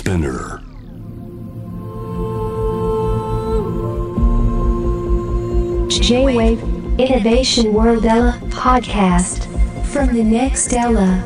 Spinner J-Wave Innovation World Ella Podcast from the next Ella。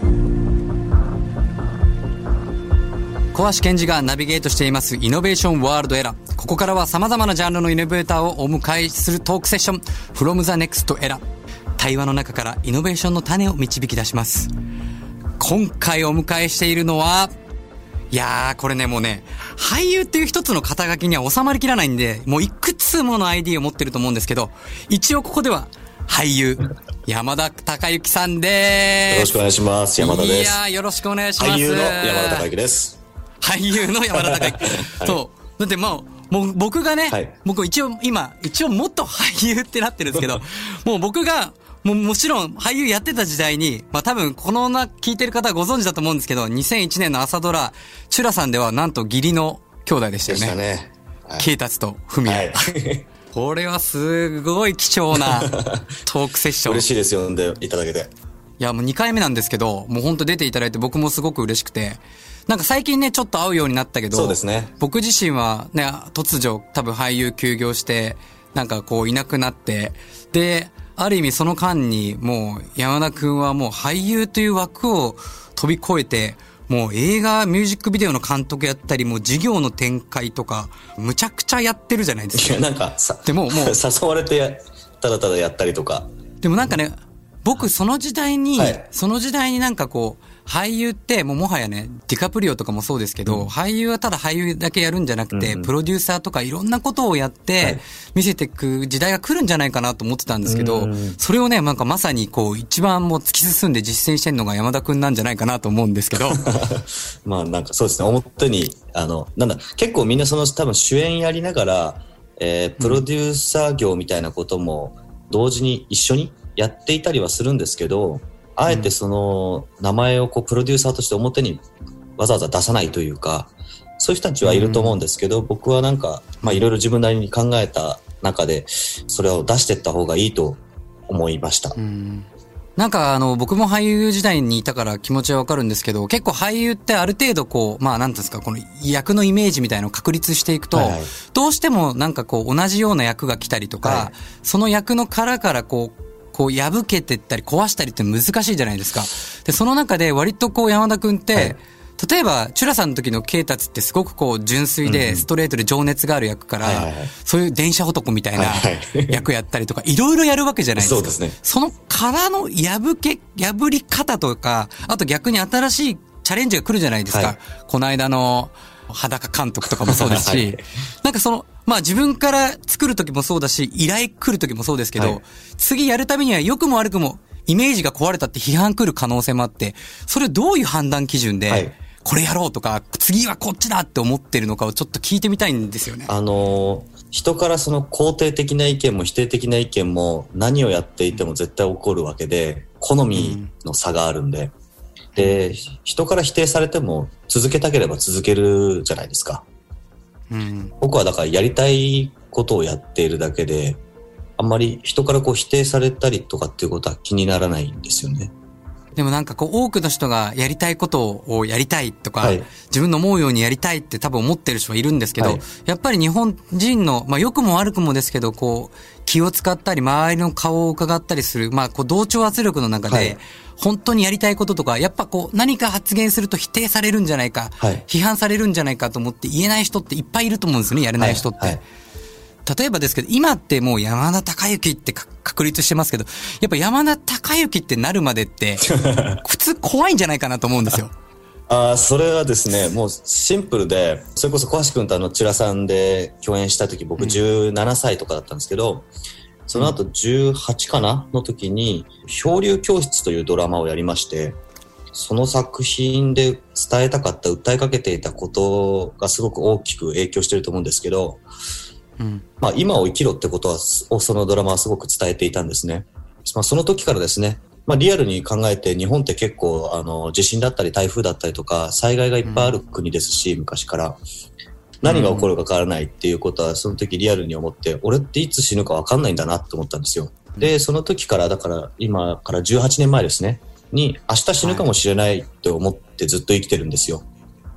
小橋健二がナビゲートしていますイノベーションワールドエラ。ここからは様々なジャンルのイノベーターをお迎えするトークセッション From the Next Era。 対話の中からイノベーションの種を導き出します。今回お迎えしているのは、いやーこれね、もうね、俳優っていう一つの肩書きには収まりきらないんで、もういくつもの ID を持ってると思うんですけど、一応ここでは俳優山田孝之さんでーす。 よろしくお願いします。山田です。 いやーよろしくお願いします。 俳優の山田孝之です。 俳優の山田孝之、はい、そう。だってもう僕がね、はい、僕一応元俳優ってなってるんですけど、もう僕がもちろん俳優やってた時代に、まあ多分この聞いてる方はご存知だと思うんですけど、2001年の朝ドラチュラさんではなんと義理の兄弟でしたよね。でしたね。慶達と文也。はい、これはすごい貴重なトークセッション。 嬉しいですよ、呼んでいただけて。 いやもう2回目なんですけど、もう本当出ていただいて僕もすごく嬉しくて、なんか最近ねちょっと会うようになったけど、 そうですね。 僕自身はね突如多分俳優休業してなんかこういなくなって、である意味その間にもう山田くんはもう俳優という枠を飛び越えて、もう映画ミュージックビデオの監督やったり、もう事業の展開とかむちゃくちゃやってるじゃないですか。 いやなんかでも誘われてただただやったりとか。 でもなんかね、僕その時代になんかこう俳優ってもはやね、ディカプリオとかもそうですけど、俳優はただ俳優だけやるんじゃなくて、プロデューサーとかいろんなことをやって見せていく時代が来るんじゃないかなと思ってたんですけど、それをねなんかまさにこう一番もう突き進んで実践してるのが山田くんなんじゃないかなと思うんですけどまあなんかそうですね、表に結構みんなその多分主演やりながら、プロデューサー業みたいなことも同時に一緒にやっていたりはするんですけど、あえてその名前をこうプロデューサーとして表にわざわざ出さないというか、そういう人たちはいると思うんですけど、僕はなんかまあいろいろ自分なりに考えた中でそれを出していった方がいいと思いました。 なんか僕も俳優時代にいたから気持ちはわかるんですけど、結構俳優ってある程度こうまあなんていうんですか、この役のイメージみたいなのを確立していくと、どうしてもなんかこう同じような役が来たりとか、その役の殻からこう破けてったり壊したりって難しいじゃないですか。で、その中で割とこう山田くんって、例えばチュラさんの時の慶達ってすごくこう純粋でストレートで情熱がある役から、そういう電車男みたいな役やったりとか、いろいろやるわけじゃないですか。そうですね。その殻の破り方とか、あと逆に新しいチャレンジが来るじゃないですか。この間の裸監督とかもそうですし、なんかまあ自分から作る時もそうだし、依頼来る時もそうですけど、次やるためには良くも悪くもイメージが壊れたって批判来る可能性もあって、それどういう判断基準で、これやろうとか、次はこっちだって思ってるのかをちょっと聞いてみたいんですよね。 人からその肯定的な意見も否定的な意見も何をやっていても絶対起こるわけで、好みの差があるんで、で、人から否定されても続けたければ続けるじゃないですか。僕はだからやりたいことをやっているだけで、あんまり人からこう否定されたりとかっていうことは気にならないんですよね。 でもなんかこう多くの人がやりたいことをやりたいとか、自分の思うようにやりたいって多分思ってる人はいるんですけど、やっぱり日本人のまあ良くも悪くもですけど、こう気を使ったり周りの顔を伺ったりする、まあこう同調圧力の中で、本当にやりたいこととか、やっぱこう何か発言すると否定されるんじゃないか、批判されるんじゃないかと思って言えない人っていっぱいいると思うんですよね、やれない人って。例えばですけど、今ってもう山田孝之って確立してますけど、やっぱ山田孝之ってなるまでって、普通怖いんじゃないかなと思うんですよ。 それはですね、もうシンプルで、それこそ小橋くんとチュラさんで共演した時、僕17歳とかだったんですけど、その後18かなの時に、漂流教室というドラマをやりまして、その作品で伝えたかった、訴えかけていたことがすごく大きく影響してると思うんですけど、まあ今を生きろってことは、そのドラマはすごく伝えていたんですね。まあその時からですね、まあリアルに考えて日本って結構地震だったり台風だったりとか災害がいっぱいある国ですし、昔から。何が起こるかわからないっていうことはその時リアルに思って、俺っていつ死ぬかわかんないんだなって思ったんですよ。で、その時からだから今から18年前ですね、に明日死ぬかもしれないって思ってずっと生きてるんですよ。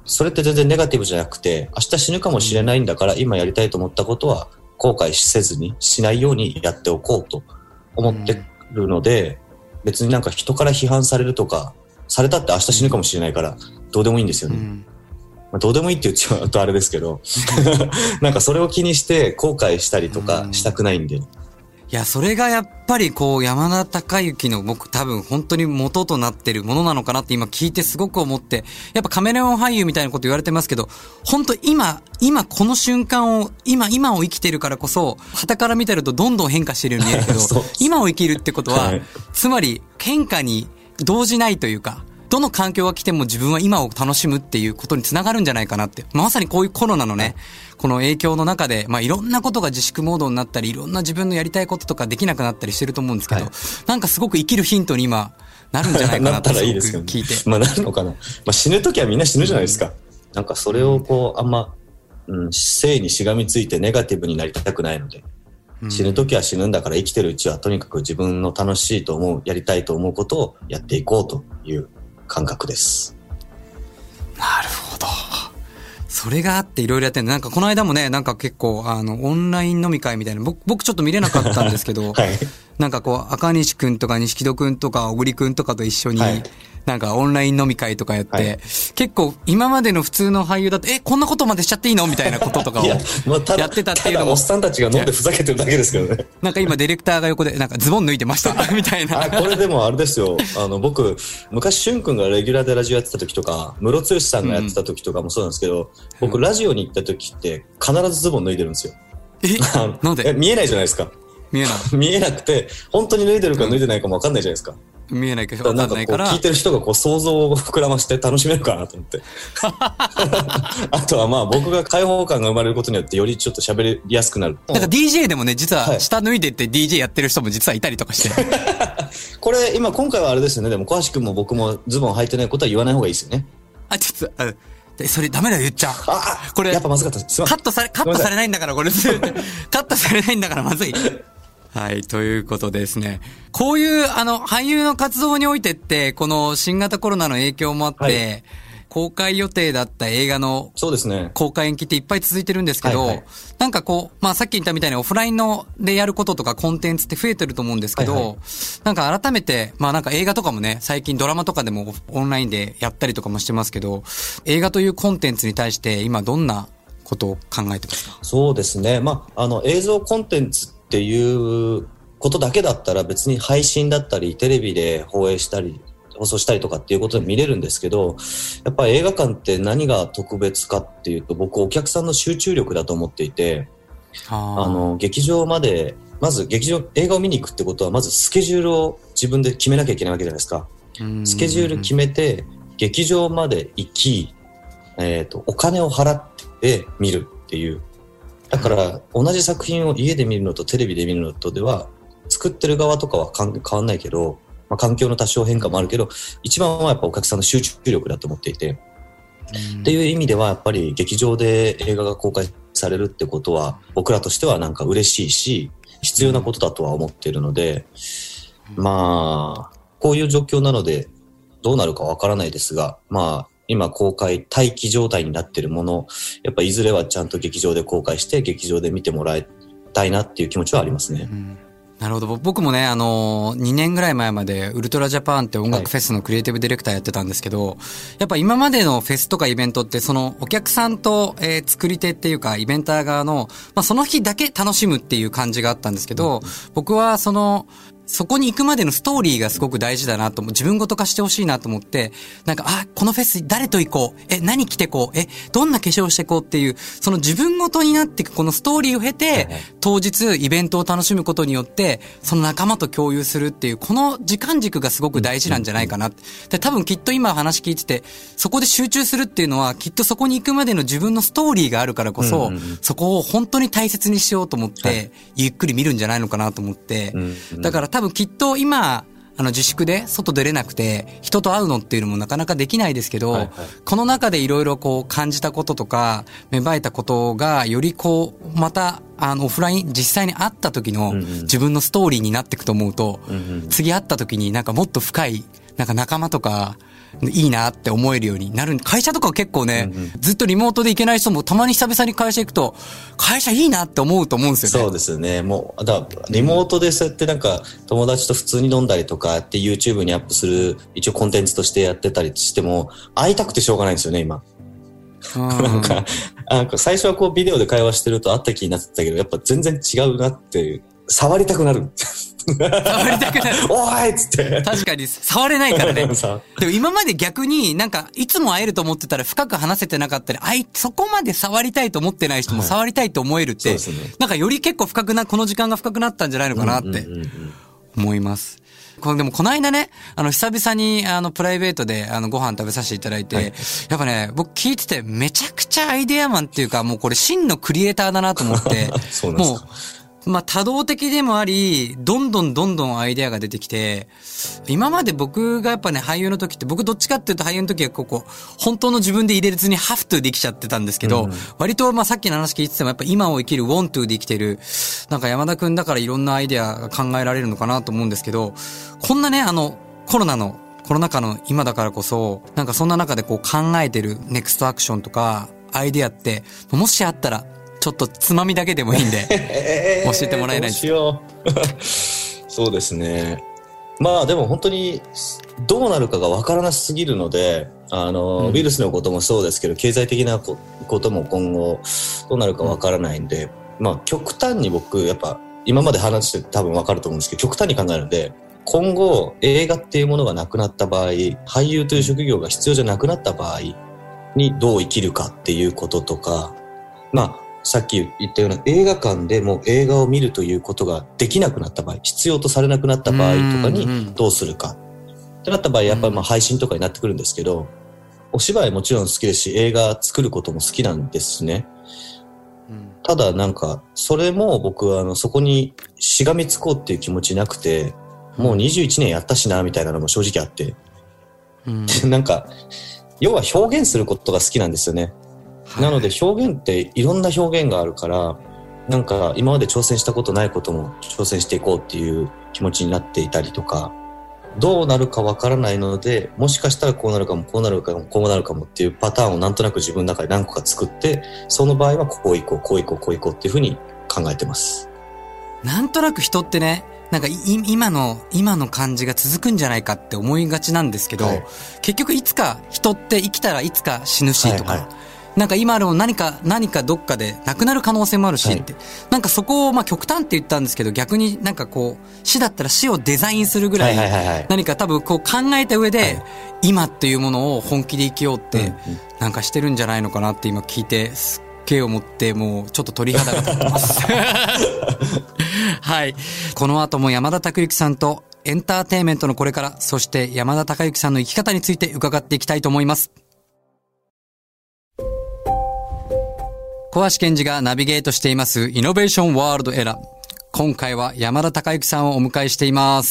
それって全然ネガティブじゃなくて、明日死ぬかもしれないんだから、今やりたいと思ったことは後悔せずにしないようにやっておこうと思ってるので、別になんか人から批判されるとか、されたって明日死ぬかもしれないから、どうでもいいんですよね。まあ、どうでもいいって言っちゃうとあれですけど、なんかそれを気にして後悔したりとかしたくないんで。 いや、それがやっぱりこう、山田孝之の僕多分本当に元となってるものなのかなって今聞いてすごく思って、やっぱカメレオン俳優みたいなこと言われてますけど、本当今この瞬間を、今を生きてるからこそ、傍から見てるとどんどん変化してるように見えるけど、今を生きるってことは、つまり変化に動じないというか、どの環境が来ても自分は今を楽しむっていうことにつながるんじゃないかなって。まさにこういうコロナのね、この影響の中で、まあいろんなことが自粛モードになったり、いろんな自分のやりたいこととかできなくなったりしてると思うんですけど、なんかすごく生きるヒントに今、なるんじゃないかなって聞いて。 まあなるのかな。まあ死ぬときはみんな死ぬじゃないですか。なんかそれをこう、あんま、生にしがみついてネガティブになりたくないので、死ぬときは死ぬんだから生きてるうちはとにかく自分の楽しいと思う、やりたいと思うことをやっていこうという感覚です。 なるほど。それがあっていろいろやってるんで、なんかこの間もね、なんか結構オンライン飲み会みたいな、僕ちょっと見れなかったんですけど、なんかこう赤西くんとか錦戸くんとか小栗くんとかと一緒に、なんかオンライン飲み会とかやって、結構今までの普通の俳優だと、こんなことまでしちゃっていいのみたいなこととかをやってたっていうのも。 ただおっさんたちが飲んでふざけてるだけですけどね。 なんか今ディレクターが横で、なんかズボン脱いでましたみたいな。 これでもあれですよ。僕、昔しゅんくんがレギュラーでラジオやってた時とか、ムロツヨシさんがやってた時とかもそうなんですけど、僕ラジオに行った時って必ずズボン脱いでるんですよ。 なんで見えないじゃないですか。 見えない。 見えなくて、本当に脱いでるか脱いでないかも分かんないじゃないですか。 見えないか分かんないから。 聞いてる人がこう想像を膨らまして楽しめるかなと思って。あとはまあ僕が開放感が生まれることによってよりちょっと喋りやすくなる。 なんか DJ でもね、実は下脱いでって DJ やってる人も実はいたりとかして。 これ今回はあれですよね。でも小橋くんも僕もズボン履いてないことは言わない方がいいですよね。 ちょっと、それダメだよ言っちゃう。これやっぱまずかった。すいません。カットされないんだからこれ。カットされないんだからまずい。はい、ということでですね。こういう俳優の活動においてって、この新型コロナの影響もあって、公開予定だった映画の公開延期っていっぱい続いてるんですけど、なんかこう、まあさっき言ったみたいにオフラインでやることとかコンテンツって増えてると思うんですけど、なんか改めて、まあなんか映画とかもね、最近ドラマとかでもオンラインでやったりとかもしてますけど、映画というコンテンツに対して今どんなことを考えてますか？ そうですね。まあ、映像コンテンツっていうことだけだったら別に配信だったりテレビで放送したりとかっていうことで見れるんですけど、やっぱり映画館って何が特別かっていうと、僕お客さんの集中力だと思っていて、劇場までまず映画を見に行くってことはまずスケジュールを自分で決めなきゃいけないわけじゃないですか。スケジュール決めて劇場まで行き、お金を払って見るっていう。だから同じ作品を家で見るのとテレビで見るのとでは作ってる側とかは変わんないけど、まあ、環境の多少変化もあるけど、一番はやっぱお客さんの集中力だと思っていて、っていう意味ではやっぱり劇場で映画が公開されるってことは僕らとしてはなんか嬉しいし必要なことだとは思っているので、まあこういう状況なのでどうなるかわからないですが、まあ今公開待機状態になっているもの、やっぱいずれはちゃんと劇場で公開して劇場で見てもらいたいなっていう気持ちはありますね。 なるほど。僕もね、2年ぐらい前までウルトラジャパンって音楽フェスのクリエイティブディレクターやってたんですけど、やっぱ今までのフェスとかイベントってそのお客さんと、作り手っていうかイベンター側の、まあ、その日だけ楽しむっていう感じがあったんですけど、僕はそこに行くまでのストーリーがすごく大事だなと自分ごと化してほしいなと思って、なんか、このフェス誰と行こう、何着てこう、どんな化粧してこうっていう、その自分ごとになっていくこのストーリーを経て、当日イベントを楽しむことによって、その仲間と共有するっていう、この時間軸がすごく大事なんじゃないかな。で、多分きっと今話聞いてて、そこで集中するっていうのは、きっとそこに行くまでの自分のストーリーがあるからこそ、そこを本当に大切にしようと思って、ゆっくり見るんじゃないのかなと思って、だから多分きっと今、自粛で外出れなくて人と会うのっていうのもなかなかできないですけど、この中でいろいろこう感じたこととか芽生えたことがよりこうまたオフライン実際に会った時の自分のストーリーになっていくと思うと、次会った時になんかもっと深いなんか仲間とかいいなって思えるようになる。会社とかは結構ね、ずっとリモートで行けない人もたまに久々に会社行くと、会社いいなって思うと思うんですよね。 そうですね。もう、だからリモートでそうやってなんか友達と普通に飲んだりとかって YouTube にアップする一応コンテンツとしてやってたりしても、会いたくてしょうがないんですよね、今。なんか最初はこうビデオで会話してると会った気になってたけど、やっぱ全然違うなっていう。触りたくなる。 触りたくなる。 おーいっつって。 確かに、触れないからね。でも今まで逆になんか、いつも会えると思ってたら深く話せてなかったり、そこまで触りたいと思ってない人も触りたいと思えるって、そうですね、なんかより結構この時間が深くなったんじゃないのかなって思います。でもこの間ね、久々にプライベートでご飯食べさせていただいて、はい、やっぱね、僕聞いててめちゃくちゃアイデアマンっていうか、もうこれ真のクリエイターだなと思って、 そうなんですか。 もうまあ、多動的でもあり、どんどんアイデアが出てきて、今まで僕がやっぱね、俳優の時って、僕どっちかっていうと俳優の時は本当の自分で入れずにハフトゥできちゃってたんですけど、割とまあさっきの話聞いててもやっぱ今を生きるウォントゥで生きてる、なんか山田くんだからいろんなアイデアが考えられるのかなと思うんですけど、こんなね、コロナ禍の今だからこそ、なんかそんな中で考えてるネクストアクションとか、アイデアって、もしあったら、ちょっとつまみだけでもいいんで、教えてもらえないですか？ どうしよう。そうですね。まあでも本当にどうなるかがわからなすぎるので、ウイルスのこともそうですけど、経済的なことも今後どうなるかわからないんで、まあ極端に僕、やっぱ今まで話して多分わかると思うんですけど、極端に考えるので、今後映画っていうものがなくなった場合、俳優という職業が必要じゃなくなった場合にどう生きるかっていうこととか、まあさっき言ったような映画館でも映画を見るということができなくなった場合、必要とされなくなった場合とかにどうするかってなった場合、やっぱりまあ配信とかになってくるんですけど、お芝居もちろん好きですし、映画作ることも好きなんですね。ただなんか、それも僕はそこにしがみつこうっていう気持ちなくて、もう21年やったしな、みたいなのも正直あって。なんか、要は表現することが好きなんですよね。なので表現っていろんな表現があるから、なんか今まで挑戦したことないことも挑戦していこうっていう気持ちになっていたりとか、どうなるかわからないので、もしかしたらこうなるかもこうなるかもこうなるかもっていうパターンをなんとなく自分の中で何個か作って、その場合はこういこうこういこうこういこうっていうふうに考えてます。 なんとなく人ってね、なんか今の感じが続くんじゃないかって思いがちなんですけど、はい、結局いつか人って生きたらいつか死ぬしとか、はいはい、なんか今あるも何かどっかでなくなる可能性もあるしって、はい、なんかそこをまあ極端って言ったんですけど、逆になんか死だったら死をデザインするぐらい、何か多分考えた上で、はい、今っていうものを本気で生きようってなんかしてるんじゃないのかなって今聞いてすっげえ思って、もうちょっと鳥肌が立ってますはい、この後も山田孝之さんとエンターテインメントのこれから、そして山田孝之さんの生き方について伺っていきたいと思います。小橋健二がナビゲートしていますイノベーションワールドエラー。今回は山田孝之さんをお迎えしています。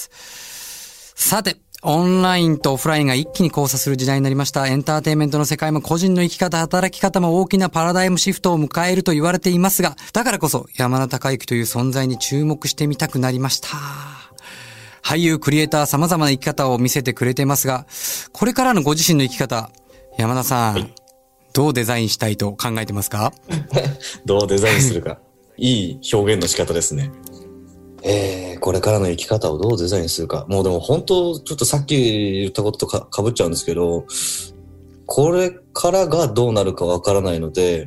さて、オンラインとオフラインが一気に交差する時代になりました。エンターテインメントの世界も個人の生き方、働き方も大きなパラダイムシフトを迎えると言われていますが、だからこそ山田孝之という存在に注目してみたくなりました。俳優、クリエイター、様々な生き方を見せてくれていますが、これからのご自身の生き方、山田さん、はい、どうデザインしたいと考えてますか？ どうデザインするか。いい表現の仕方ですね。これからの生き方をどうデザインするか。もうでも本当、ちょっとさっき言ったこととかぶっちゃうんですけど、これからがどうなるかわからないので、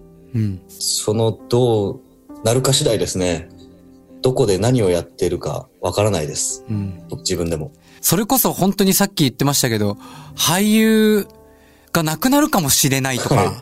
どうなるか次第ですね。どこで何をやってるかわからないです。自分でも。 それこそ本当にさっき言ってましたけど、俳優がなくなるかもしれないとか、はい、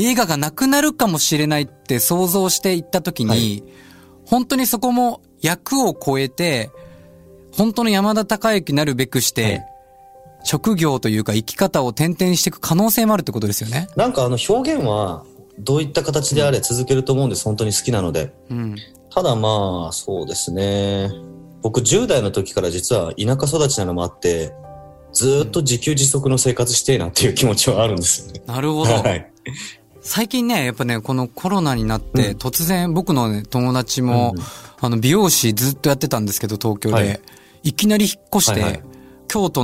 映画がなくなるかもしれないって想像していったときに、はい、本当にそこも役を超えて、本当の山田孝之なるべくして、はい、職業というか生き方を転々していく可能性もあるってことですよね。 なんか表現はどういった形であれ続けると思うんです。本当に好きなので。ただまあ、そうですね。僕10代の時から実は田舎育ちなのもあって、ずっと自給自足の生活してえなっていう気持ちはあるんですよね。 なるほど。はい、最近ね、やっぱね、このコロナになって、突然僕のね、友達も、美容師ずっとやってたんですけど、東京で。はい、いきなり引っ越して、京都の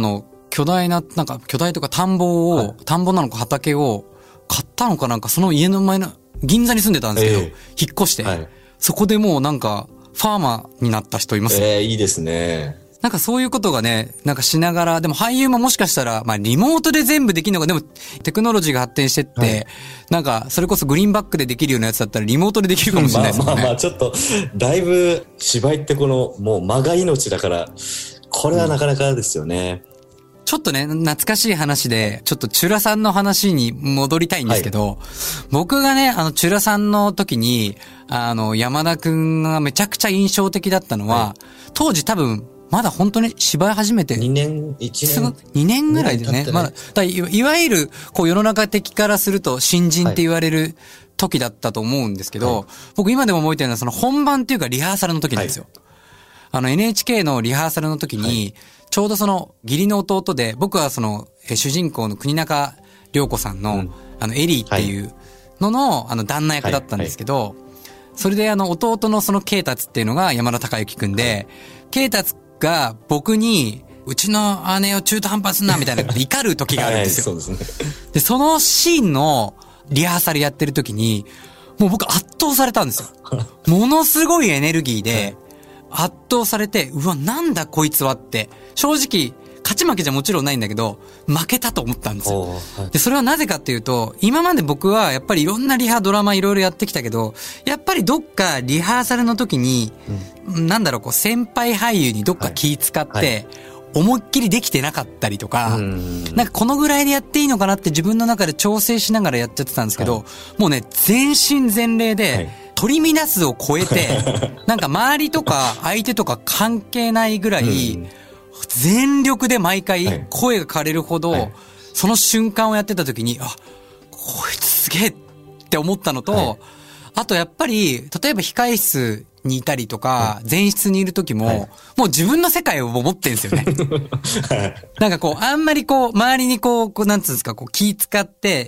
巨大とか田んぼなのか畑を買ったのかなんか、その家の前の、銀座に住んでたんですけど、引っ越して、そこでもうなんか、ファーマーになった人います。 いいですね。 なんかそういうことがね、なんかしながら、でも俳優ももしかしたら、まあリモートで全部できるのが、でもテクノロジーが発展してって、なんかそれこそグリーンバックでできるようなやつだったらリモートでできるかもしれないですもんね。 まあちょっと、だいぶ芝居ってもう間が命だから、これはなかなかですよね。 ちょっとね、懐かしい話で、ちょっとチュラさんの話に戻りたいんですけど、僕がね、チュラさんの時に、山田くんがめちゃくちゃ印象的だったのは、当時多分、まだ本当に芝居始めて。 2年、1年。 2年ぐらいでね。まだ、いわゆる、世の中的からすると新人って言われる時だったと思うんですけど、僕今でも覚えてるのはその本番っていうかリハーサルの時なんですよ。NHK のリハーサルの時に、ちょうどその義理の弟で、僕はその、主人公の国中涼子さんの、エリーっていうのの、旦那役だったんですけど、それで弟のその啓達っていうのが山田孝之くんで、啓達が僕に、うちの姉を中途半端すんなみたいなこと怒る時があるんですよ。 そうですね。 で、そのシーンのリハーサルやってる時に、もう僕圧倒されたんですよ。ものすごいエネルギーで、圧倒されて、うわ、なんだこいつはって、正直、勝ち負けじゃもちろんないんだけど、負けたと思ったんですよ。で、それはなぜかっていうと、今まで僕はやっぱりいろんなドラマいろいろやってきたけど、やっぱりどっかリハーサルの時に、先輩俳優にどっか気使って、思いっきりできてなかったりとか、なんかこのぐらいでやっていいのかなって自分の中で調整しながらやっちゃってたんですけど、もうね、全身全霊で、取り乱すを超えて、なんか周りとか相手とか関係ないぐらい、全力で毎回声が枯れるほど、その瞬間をやってた時に、あ、こいつすげえって思ったのと、あとやっぱり、例えば控室にいたりとか、前室にいる時も、もう自分の世界を持ってんですよね。なんかあんまり周りになんつうんですか、気使って、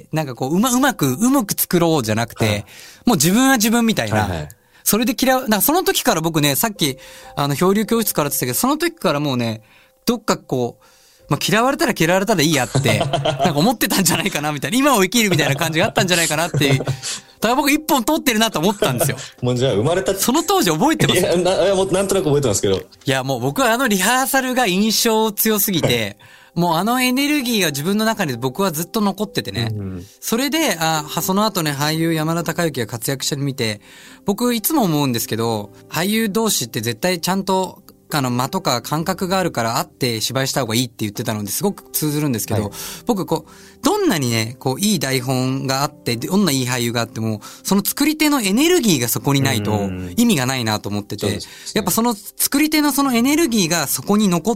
なんかうまく作ろうじゃなくて、もう自分は自分みたいな。それでなんかその時から僕ね、さっき、漂流教室からって言ったけど、その時からもうね、どっか嫌われたら嫌われたらいいやって、なんか思ってたんじゃないかなみたいな、今を生きるみたいな感じがあったんじゃないかなっていう。だから僕一本通ってるなと思ったんですよ。 もうじゃあ生まれたその当時覚えてます？ いや、もうなんとなく覚えてますけど。いや、もう僕はリハーサルが印象強すぎて、もうエネルギーが自分の中に僕はずっと残っててね。それで、その後ね、俳優山田孝之が活躍してる見て、僕いつも思うんですけど、俳優同士って絶対ちゃんと、間とか感覚があるから会って芝居した方がいいって言ってたのですごく通ずるんですけど、僕どんなにね、いい台本があって、どんないい俳優があっても、その作り手のエネルギーがそこにないと意味がないなと思ってて、やっぱその作り手のそのエネルギーがそこに残って、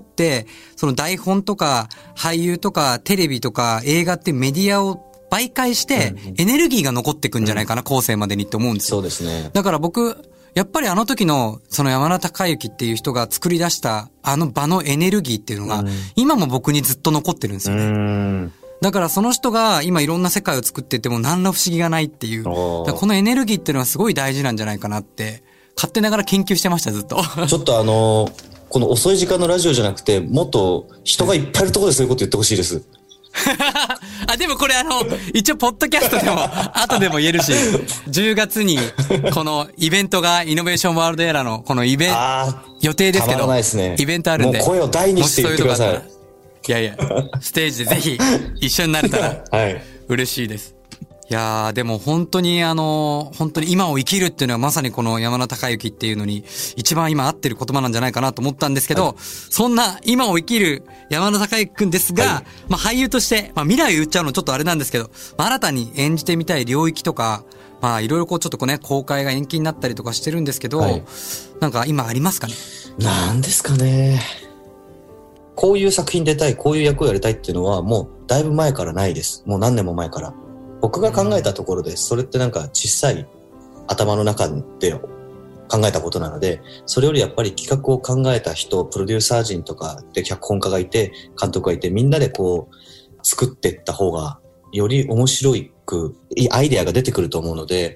その台本とか俳優とかテレビとか映画ってメディアを媒介して、エネルギーが残ってくんじゃないかな、後世までにって思うんですよ。 そうですね。 だから僕、やっぱり時のその山田孝之っていう人が作り出した場のエネルギーっていうのが、今も僕にずっと残ってるんですよね。だからその人が今いろんな世界を作ってても何ら不思議がないっていう。このエネルギーっていうのはすごい大事なんじゃないかなって、勝手ながら研究してました、ずっと。 ちょっとこの遅い時間のラジオじゃなくて、もっと人がいっぱいいるところでそういうこと言ってほしいです。 でもこれ一応ポッドキャストでも後でも言えるし、10月にこのイベントがイノベーションワールドエラーのこのイベント予定ですけど、イベントあるんで、 もう声を大にして言ってください。 いやいや、ステージでぜひ一緒になれたら嬉しいです。いやー、でも本当に本当に今を生きるっていうのはまさにこの山田孝之っていうのに一番今合ってる言葉なんじゃないかなと思ったんですけど、そんな今を生きる山田孝之くんですが、俳優として、未来を言っちゃうのちょっとあれなんですけど、新たに演じてみたい領域とか、いろいろちょっと公開が延期になったりとかしてるんですけど、なんか今ありますかね？ なんですかね。こういう作品出たい、こういう役をやりたいっていうのはもうだいぶ前からないです。もう何年も前から。僕が考えたところで、それってなんか小さい頭の中で考えたことなので、それよりやっぱり企画を考えた人、プロデューサー陣とかで脚本家がいて、監督がいて、みんなで作っていった方が、より面白く、アイデアが出てくると思うので。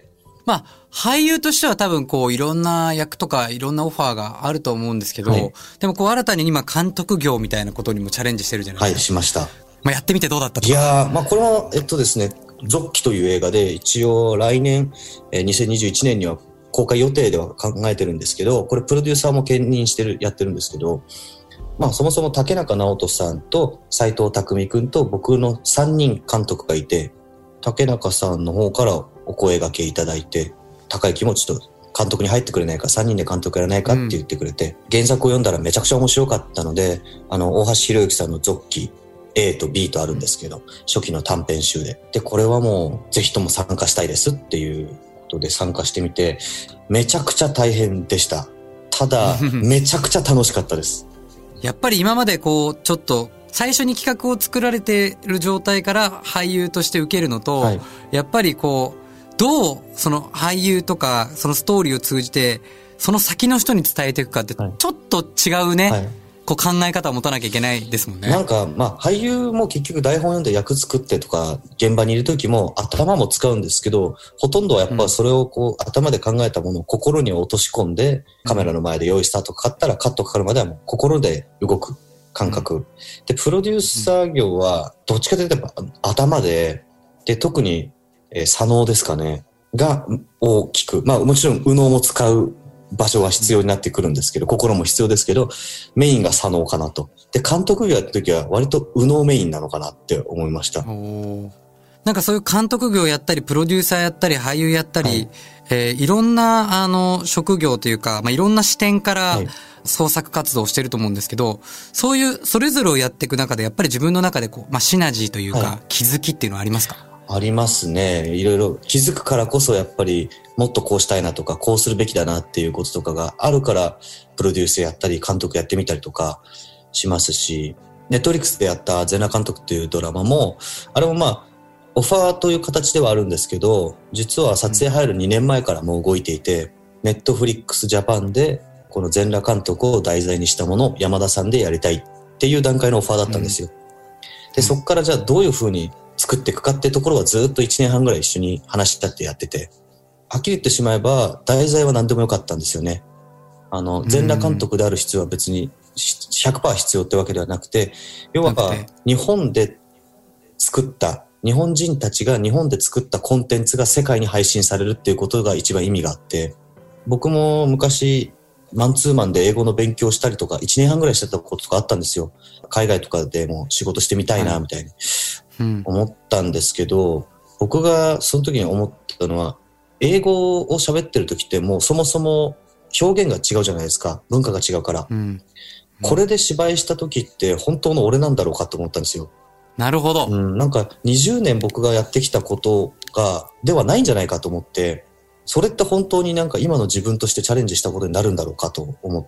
まあ、俳優としては多分こういろんな役とかいろんなオファーがあると思うんですけど、はい、でもこう新たに今監督業みたいなことにもチャレンジしてるじゃないですか。 はい、しました。 まあ、やってみてどうだったとか。 いやー、まあこれは、ですね、ゾッキという映画で一応来年、2021年には公開予定では考えてるんですけど、これプロデューサーも兼任してやってるんですけど、まあそもそも竹中直人さんと斉藤匠くんと僕の3人監督がいて、竹中さんの方からお声掛けいただいて、高い気持ちと監督に入ってくれないか、3人で監督やらないかって言ってくれて、原作を読んだらめちゃくちゃ面白かったので、大橋博之さんのゾッキ A と B とあるんですけど、初期の短編集で。で、これはもうぜひとも参加したいですっていうことで参加してみて、めちゃくちゃ大変でした。ただ、めちゃくちゃ楽しかったです。 やっぱり今までこう、ちょっと、最初に企画を作られている状態から俳優として受けるのと、はい、やっぱりこう、どうその俳優とかそのストーリーを通じてその先の人に伝えていくかってちょっと違うね、はい、こう考え方を持たなきゃいけないですもんね。 なんかまあ俳優も結局台本読んで役作ってとか現場にいる時も頭も使うんですけど、ほとんどはやっぱそれをこう頭で考えたものを心に落とし込んで、カメラの前で用意スタートかかったらカットかかるまではもう心で動く感覚、でプロデューサー業はどっちかというとやっぱ頭で特に左脳ですかねが大きく、まあもちろん右脳も使う場所は必要になってくるんですけど、心も必要ですけど、メインが左脳かなと。で、監督業やった時は割と右脳メインなのかなって思いました。 なんかそういう監督業やったり、プロデューサーやったり、俳優やったり、はい、いろんな職業というか、まあいろんな視点から創作活動をしてると思うんですけど、そういうそれぞれをやっていく中でやっぱり自分の中でこう、まあシナジーというか、はい、気づきっていうのはありますか？ ありますね。いろいろ気づくからこそやっぱりもっとこうしたいなとかこうするべきだなっていうこととかがあるからプロデュースやったり監督やってみたりとかしますし、ネットフリックスでやった全裸監督っていうドラマも、あれもまあオファーという形ではあるんですけど、実は撮影入る2年前からもう動いていて、ネットフリックスジャパンでこの全裸監督を題材にしたものを山田さんでやりたいっていう段階のオファーだったんですよ。で、そこからじゃあどういう風に作っていくかっていうところはずっと1年半ぐらい一緒に話し合ってやってて、はっきり言ってしまえば題材は何でもよかったんですよね。全裸監督である必要は別に 100% 必要ってわけではなくて、要は日本で作った日本人たちが日本で作ったコンテンツが世界に配信されるっていうことが一番意味があって、僕も昔マンツーマンで英語の勉強したりとか1年半ぐらいしてたこととかあったんですよ。海外とかでも仕事してみたいなみたいに思ったんですけど、僕がその時に思ったのは、英語を喋ってる時ってもうそもそも表現が違うじゃないですか。文化が違うから、これで芝居した時って本当の俺なんだろうかと思ったんですよ。 なるほど。 なんか20年僕がやってきたことではないんじゃないかと思って、それって本当になんか今の自分としてチャレンジしたことになるんだろうかと思って、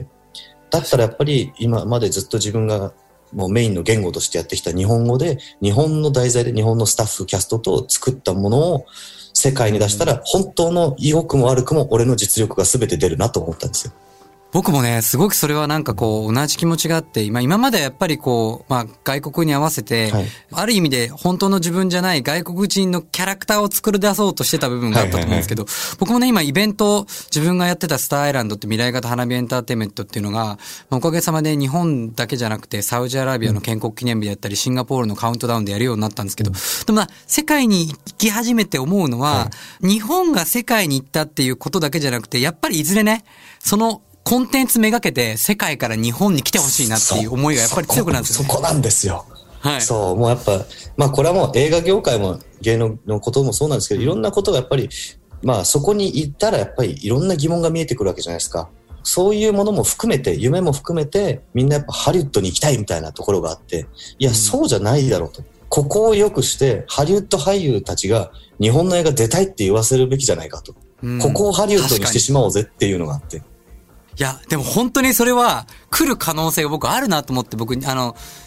だったらやっぱり今までずっと自分がもうメインの言語としてやってきた日本語で、日本の題材で日本のスタッフキャストと作ったものを世界に出したら、本当の良くも悪くも俺の実力が全て出るなと思ったんですよ。 僕もね、すごくそれはなんかこう同じ気持ちがあって、今までやっぱりこう、まあ外国に合わせて、はい、ある意味で本当の自分じゃない外国人のキャラクターを作り出そうとしてた部分があったと思うんですけど、僕もね、今イベント、自分がやってたスターアイランドって未来型花火エンターテインメントっていうのが、おかげさまで日本だけじゃなくてサウジアラビアの建国記念日だったり、シンガポールのカウントダウンでやるようになったんですけど、でもまあ世界に行き始めて思うのは、日本が世界に行ったっていうことだけじゃなくて、やっぱりいずれね、そのコンテンツめがけて世界から日本に来てほしいなっていう思いがやっぱり強くなるんですよね。 そこなんですよ。 はい。 そう、もうやっぱ、まあこれはもう映画業界も芸能のこともそうなんですけど、いろんなことがやっぱり、まあそこに行ったらやっぱりいろんな疑問が見えてくるわけじゃないですか。そういうものも含めて、夢も含めて、みんなやっぱハリウッドに行きたいみたいなところがあって、いや、そうじゃないだろうと。ここを良くして、ハリウッド俳優たちが日本の映画出たいって言わせるべきじゃないかと。ここをハリウッドにしてしまおうぜっていうのがあって。 いや、でも本当にそれは来る可能性が僕あるなと思って、僕、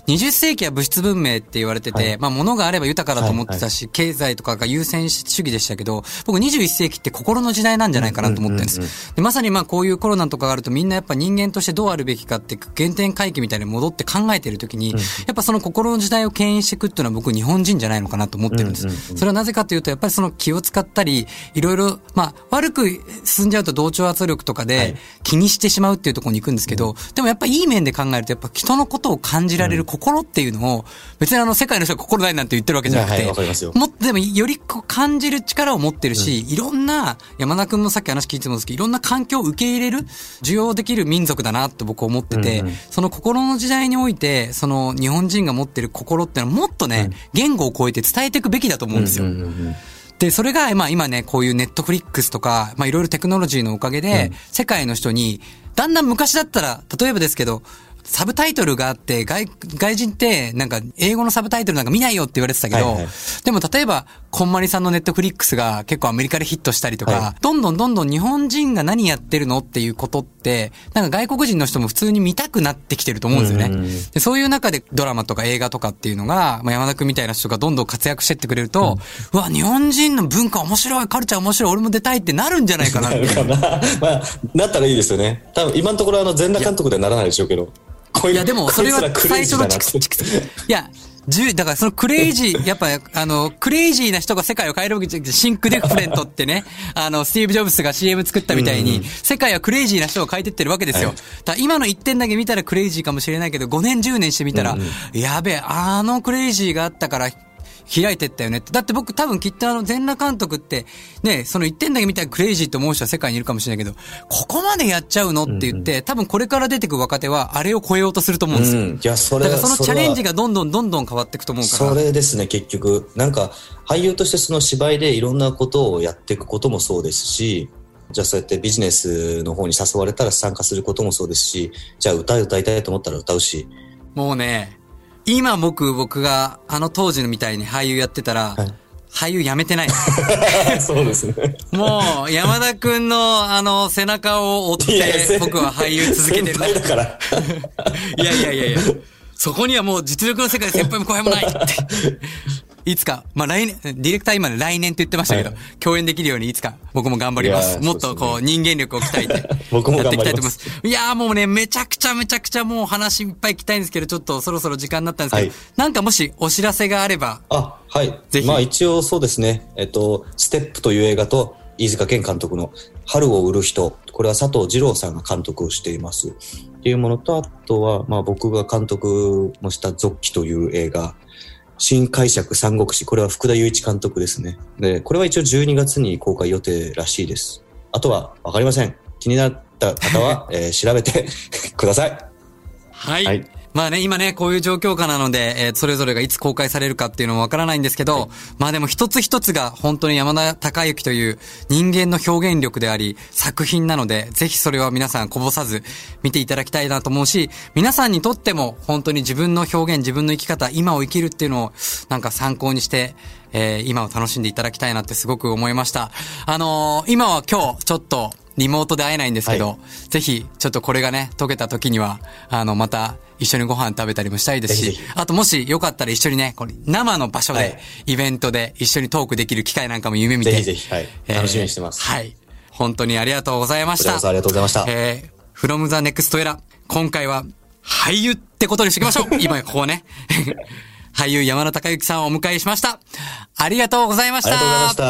20世紀は物質文明って言われてて、まあ物があれば豊かだと思ってたし、経済とかが優先主義でしたけど、僕21世紀って心の時代なんじゃないかなと思ってるんです。でまさにまあこういうコロナとかがあるとみんなやっぱ人間としてどうあるべきかって原点回帰みたいに戻って考えてるときに、やっぱその心の時代を牽引していくっていうのは僕日本人じゃないのかなと思ってるんです。それはなぜかというと、やっぱりその気を使ったり、いろいろ、まあ悪く進んじゃうと同調圧力とかで気にしてしまうっていうところに行くんですけど、でもやっぱりいい面で考えると、やっぱ人のことを感じられる心っていうのを、別に世界の人が心ないなんて言ってるわけじゃなくて、もっとでもよりこう感じる力を持ってるし、いろんな、山田くんもさっき話聞いてもですけど、いろんな環境を受け入れる、受容できる民族だなと僕は思ってて、その心の時代において、その日本人が持ってる心ってのはもっとね、言語を超えて伝えていくべきだと思うんですよ。で、それが、まあ今ね、こういうネットフリックスとか、まあいろいろテクノロジーのおかげで、世界の人に、だんだん昔だったら、例えばですけど、サブタイトルがあって、外人ってなんか英語のサブタイトルなんか見ないよって言われてたけど、でも例えばこんまりさんのネットフリックスが結構アメリカでヒットしたりとか、どんどん日本人が何やってるのっていうことって、なんか外国人の人も普通に見たくなってきてると思うんですよね。でそういう中でドラマとか映画とかっていうのが、まあ、山田くんみたいな人がどんどん活躍してってくれると、うわ、日本人の文化面白い、カルチャー面白い、俺も出たいってなるんじゃないかなって。 まあ、なったらいいですよね。多分今のところ全裸監督ではならないでしょうけど。 いやでもそれは最初のいやだからそのクレイジー、やっぱクレイジーな人が世界を変えるわけじゃなくて、シンクディフレントってね、スティーブ・ジョブスが CM 作ったみたいに、世界はクレイジーな人を変えてってるわけですよ。だ今の1点だけ見たらクレイジーかもしれないけど、5年10年してみたら、やべえ、クレイジーがあったから、開いてったよねって。だって僕多分きっと全裸監督って、ね、その一点だけ見たらクレイジーと思う人は世界にいるかもしれないけど、ここまでやっちゃうのって言って、多分これから出てくる若手はあれを超えようとすると思うんですよ。いや、それだからそのチャレンジがどんどん変わっていくと思うから。 それですね、結局。なんか、俳優としてその芝居でいろんなことをやっていくこともそうですし、じゃあそうやってビジネスの方に誘われたら参加することもそうですし、じゃあ歌いたいと思ったら歌うし。 もうね、今僕が当時のみたいに俳優やってたら、俳優やめてない。 そうですね。 もう山田くんの背中を追って僕は俳優続けてる。 先輩だから。 いや。そこにはもう実力の世界で先輩も後輩もないって。いつか、まあ来年、ディレクター今ね来年って言ってましたけど、共演できるようにいつか僕も頑張ります。もっとこう人間力を鍛えて僕もやっていきたいと思います。いやーもうね、めちゃくちゃもう話いっぱい聞きたいんですけど、ちょっとそろそろ時間になったんですけど、なんかもしお知らせがあれば。 はい。 ぜひ。 まあ一応そうですね。ステップという映画と、飯塚健監督の春を売る人。これは佐藤二郎さんが監督をしています。っていうものと、あとは、まあ僕が監督もした続記という映画。新解釈三国志。これは福田雄一監督ですね。で、これは一応12月に公開予定らしいです。あとはわかりません。気になった方は、調べてください。 はい。まあね、今ね、こういう状況下なので、それぞれがいつ公開されるかっていうのもわからないんですけど、まあでも一つ一つが本当に山田孝之という人間の表現力であり、作品なので、ぜひそれは皆さんこぼさず見ていただきたいなと思うし、皆さんにとっても本当に自分の表現、自分の生き方、今を生きるっていうのをなんか参考にして、今を楽しんでいただきたいなってすごく思いました。今は今日ちょっとリモートで会えないんですけど、ぜひちょっとこれがね解けた時にはまた一緒にご飯食べたりもしたいですし、あともしよかったら一緒にねこれ生の場所で、イベントで一緒にトークできる機会なんかも夢見て、 ぜひ楽しみにしてます。 はい、本当にありがとうございました。 ありがとうございました。 From the Next Era、今回は俳優ってことにしておきましょう。今ここはね。俳優山田孝之さんをお迎えしました。ありがとうございました。 ありがとうございました。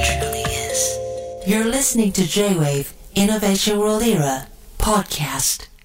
You're listening to J-Wave Innovation World Era podcast.